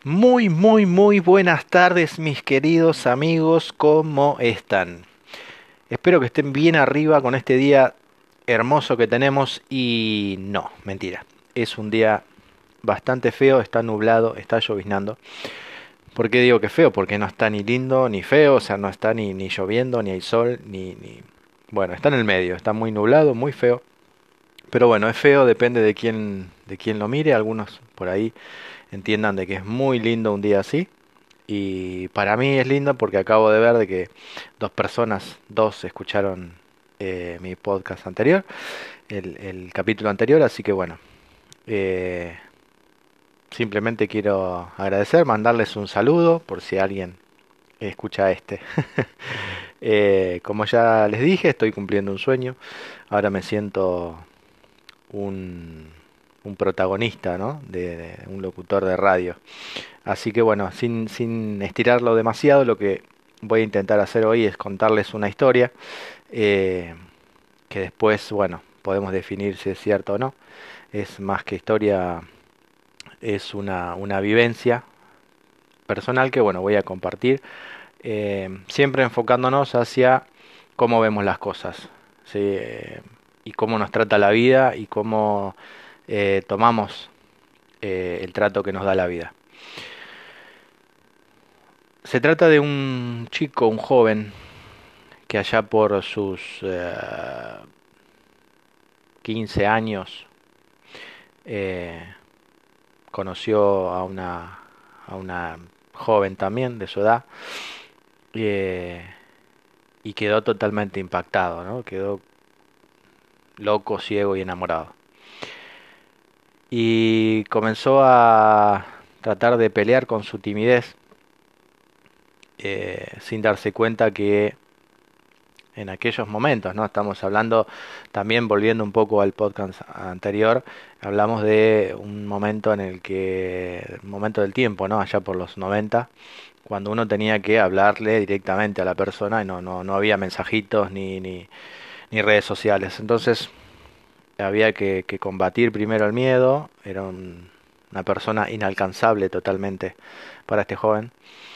Muy buenas tardes, mis queridos amigos, ¿cómo están? Espero que estén bien arriba con este día hermoso que tenemos y no, mentira. Es un día bastante feo, está nublado, está lloviznando. ¿Por qué digo que feo? Porque no está ni lindo ni feo, o sea, no está ni lloviendo, ni hay sol, ni... Bueno, está en el medio, está muy nublado, muy feo. Pero bueno, es feo, depende de quién lo mire. Algunos por ahí entiendan de que es muy lindo un día así. Y para mí es lindo porque acabo de ver de que dos escucharon mi podcast anterior, el capítulo anterior, así que bueno, eh, simplemente quiero agradecer, mandarles un saludo por si alguien escucha este. Como ya les dije, estoy cumpliendo un sueño, ahora me siento un, un protagonista, ¿no? De un locutor de radio. Así que bueno, sin estirarlo demasiado, lo que voy a intentar hacer hoy es contarles una historia eh, que después, bueno, podemos definir si es cierto o no. Es más que historia, es una vivencia personal que, bueno, voy a compartir, siempre enfocándonos hacia cómo vemos las cosas, ¿sí? Y cómo nos trata la vida y cómo tomamos el trato que nos da la vida. Se trata de un chico, un joven, que allá por sus 15 años eh, conoció a una joven también de su edad eh, y quedó totalmente impactado, ¿no? Quedó loco, ciego y enamorado. Y comenzó a tratar de pelear con su timidez sin darse cuenta que en aquellos momentos, ¿no? Estamos hablando, también volviendo un poco al podcast anterior, hablamos de un momento en el que, momento del tiempo, ¿no? Allá por los 90, cuando uno tenía que hablarle directamente a la persona y no había mensajitos ni redes sociales. Entonces había que combatir primero el miedo, era una persona inalcanzable totalmente para este joven,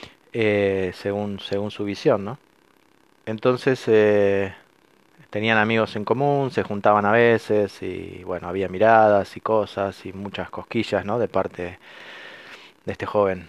según su visión, ¿no? Entonces tenían amigos en común, se juntaban a veces y bueno, había miradas y cosas y muchas cosquillas, ¿no? De parte de este joven.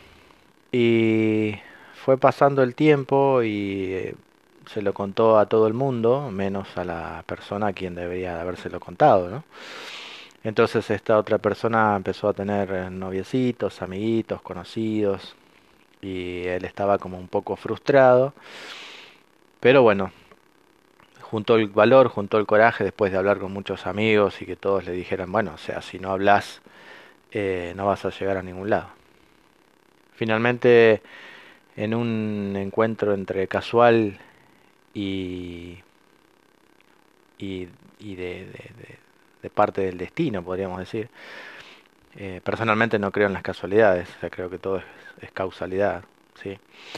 Y fue pasando el tiempo y se lo contó a todo el mundo, menos a la persona a quien debería de habérselo contado, ¿no? Entonces esta otra persona empezó a tener noviecitos, amiguitos, conocidos y él estaba como un poco frustrado, pero bueno, juntó el valor, juntó el coraje después de hablar con muchos amigos y que todos le dijeran, bueno, o sea, si no hablas, no vas a llegar a ningún lado. Finalmente, en un encuentro entre casual y, y, y de parte del destino, podríamos decir, personalmente no creo en las casualidades, o sea, creo que todo es causalidad, ¿sí?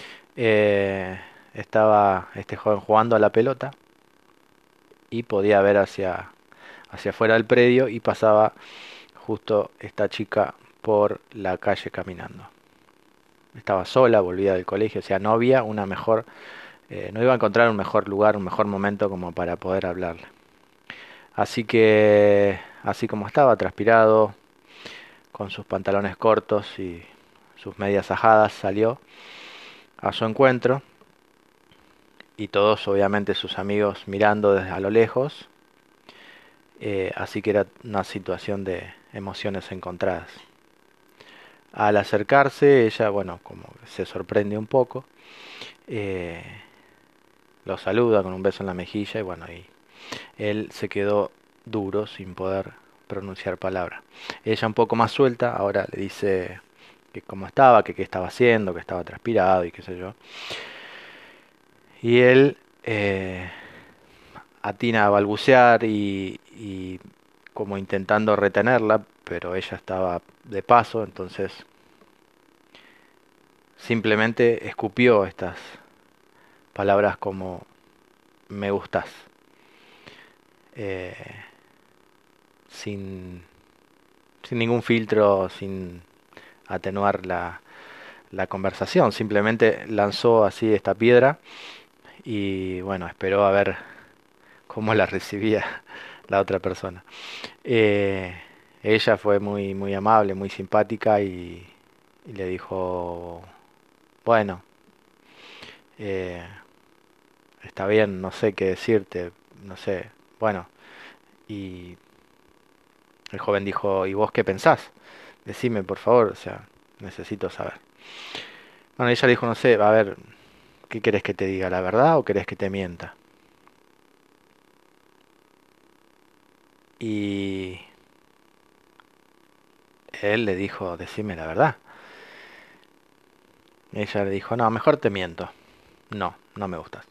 Eh, Estaba este joven jugando a la pelota y podía ver hacia afuera del predio y pasaba justo esta chica por la calle caminando. Estaba sola, volvía del colegio, o sea, no había una mejor, no iba a encontrar un mejor lugar, un mejor momento como para poder hablarle. Así que, así como estaba, transpirado, con sus pantalones cortos y sus medias ajadas, salió a su encuentro y todos, obviamente, sus amigos mirando desde a lo lejos. Así que era una situación de emociones encontradas. Al acercarse, ella, bueno, como se sorprende un poco, eh, lo saluda con un beso en la mejilla y bueno, y él se quedó duro sin poder pronunciar palabra. Ella un poco más suelta, ahora le dice que cómo estaba, que qué estaba haciendo, que estaba transpirado y qué sé yo. Y él atina a balbucear y como intentando retenerla, pero ella estaba de paso, entonces simplemente escupió estas palabras como me gustas, eh, sin, sin ningún filtro, sin atenuar la conversación, simplemente lanzó así esta piedra y bueno, esperó a ver cómo la recibía la otra persona. Eh, Ella fue muy amable, muy simpática y le dijo, bueno, eh, está bien, no sé qué decirte, no sé, bueno, y el joven dijo, ¿y vos qué pensás? Decime, por favor, o sea, necesito saber. Bueno, ella dijo, no sé, a ver, ¿qué querés que te diga, la verdad o querés que te mienta? Y él le dijo, decime la verdad. Ella le dijo, no, mejor te miento. No, no me gustas.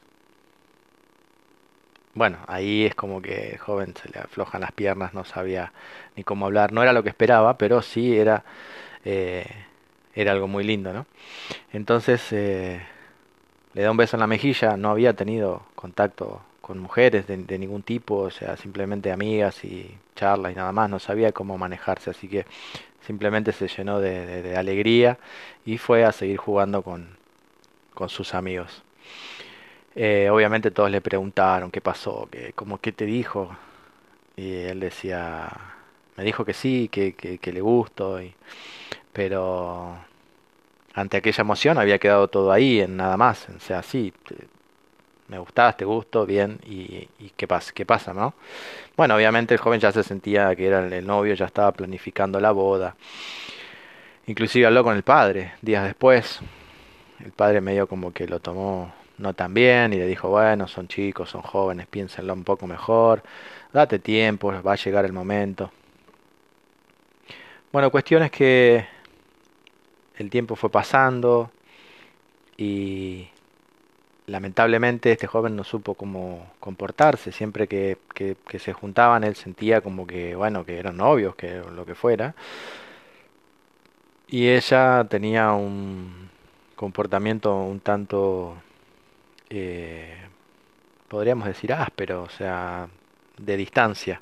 Bueno, ahí es como que el joven se le aflojan las piernas, no sabía ni cómo hablar. No era lo que esperaba, pero sí eh, era algo muy lindo, ¿no? Entonces le da un beso en la mejilla. No había tenido contacto con mujeres de ningún tipo, o sea, simplemente amigas y charlas y nada más. No sabía cómo manejarse, así que simplemente se llenó de alegría y fue a seguir jugando con sus amigos. Obviamente todos le preguntaron qué pasó, como qué te dijo, y él decía, me dijo que sí, que le gusto, pero ante aquella emoción había quedado todo ahí, en nada más, o sea, sí, me gustabas, te gusto, bien, y qué pasa, ¿no? Bueno, obviamente el joven ya se sentía que era el novio, ya estaba planificando la boda, inclusive habló con el padre días después. El padre medio como que lo tomó no tan bien y le dijo, bueno, son chicos, son jóvenes, piénsenlo un poco mejor, date tiempo, va a llegar el momento. Bueno, cuestión es que el tiempo fue pasando y lamentablemente este joven no supo cómo comportarse. Siempre que se juntaban él sentía como que, bueno, que eran novios, que lo que fuera. Y ella tenía un comportamiento un tanto eh, podríamos decir áspero, o sea, de distancia.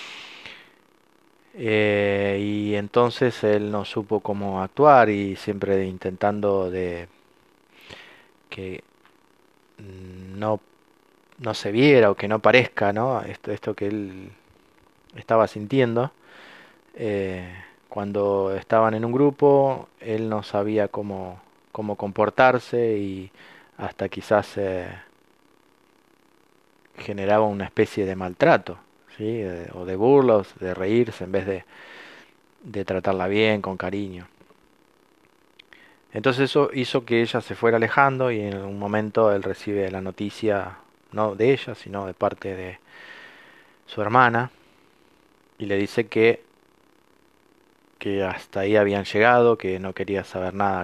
Y entonces él no supo cómo actuar y siempre intentando de que no, no se viera o que no parezca, ¿no? Esto que él estaba sintiendo. Eh, Cuando estaban en un grupo, él no sabía cómo comportarse y hasta quizás generaba una especie de maltrato, ¿sí? O de burlos, de reírse en vez de tratarla bien, con cariño. Entonces eso hizo que ella se fuera alejando y en un momento él recibe la noticia, no de ella, sino de parte de su hermana, y le dice que hasta ahí habían llegado, que no quería saber nada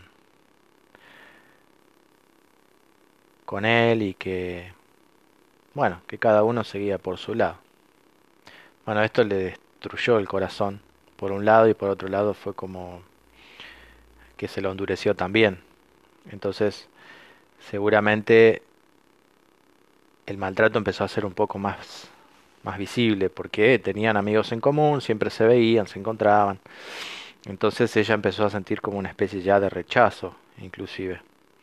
con él y que, bueno, que cada uno seguía por su lado. Bueno, esto le destruyó el corazón, por un lado, y por otro lado fue como que se lo endureció también. Entonces, seguramente el maltrato empezó a ser un poco más visible porque tenían amigos en común, siempre se veían, se encontraban. Entonces ella empezó a sentir como una especie ya de rechazo, inclusive.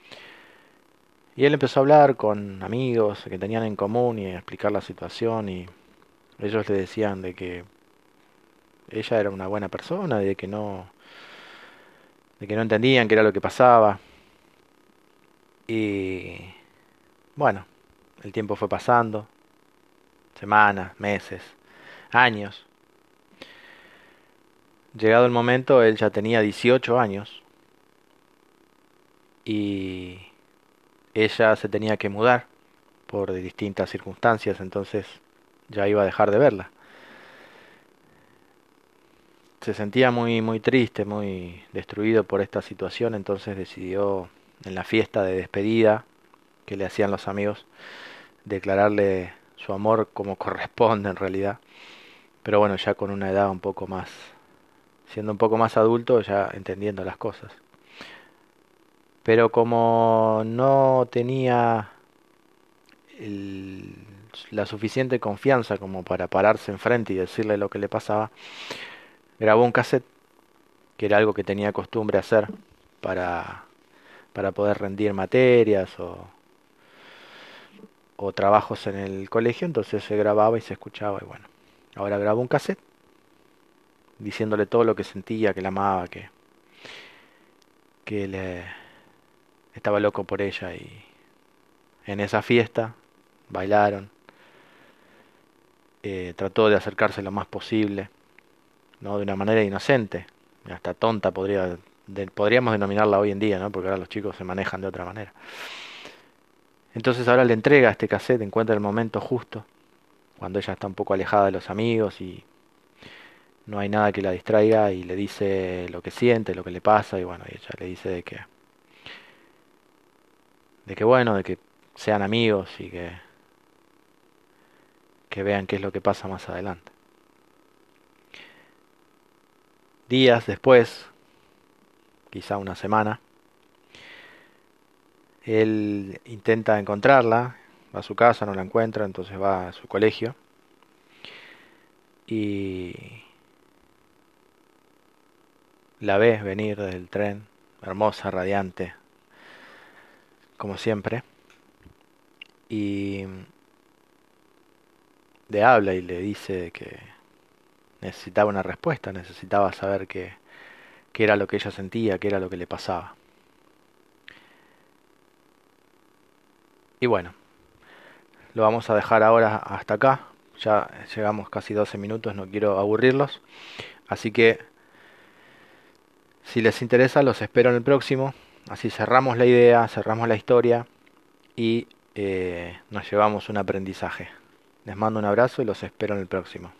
Y él empezó a hablar con amigos que tenían en común y a explicar la situación y ellos le decían de que ella era una buena persona, de que no entendían qué era lo que pasaba. Y bueno, el tiempo fue pasando, semanas, meses, años. Llegado el momento, él ya tenía 18 años y ella se tenía que mudar por distintas circunstancias, entonces ya iba a dejar de verla. Se sentía muy triste, muy destruido por esta situación, entonces decidió en la fiesta de despedida que le hacían los amigos declararle su amor como corresponde en realidad, pero bueno, ya con una edad un poco más, siendo un poco más adulto, ya entendiendo las cosas. Pero como no tenía el- la suficiente confianza como para pararse enfrente y decirle lo que le pasaba, grabó un cassette, que era algo que tenía costumbre hacer, para, para poder rendir materias o trabajos en el colegio, entonces se grababa y se escuchaba y bueno, ahora grabo un cassette diciéndole todo lo que sentía, que la amaba, que le estaba loco por ella y en esa fiesta bailaron, trató de acercarse lo más posible, ¿no? De una manera inocente, hasta tonta podríamos denominarla hoy en día, ¿no? Porque ahora los chicos se manejan de otra manera. Entonces ahora le entrega este cassette, encuentra el momento justo, cuando ella está un poco alejada de los amigos y no hay nada que la distraiga y le dice lo que siente, lo que le pasa y bueno, y ella le dice de que bueno, de que sean amigos y que vean qué es lo que pasa más adelante. Días después, quizá una semana, él intenta encontrarla, va a su casa, no la encuentra, entonces va a su colegio y la ve venir del tren, hermosa, radiante, como siempre, y le habla y le dice que necesitaba una respuesta, necesitaba saber qué era lo que ella sentía, qué era lo que le pasaba. Y bueno, lo vamos a dejar ahora hasta acá. Ya llegamos casi 12 minutos, no quiero aburrirlos. Así que si les interesa, los espero en el próximo. Así cerramos la idea, cerramos la historia y nos llevamos un aprendizaje. Les mando un abrazo y los espero en el próximo.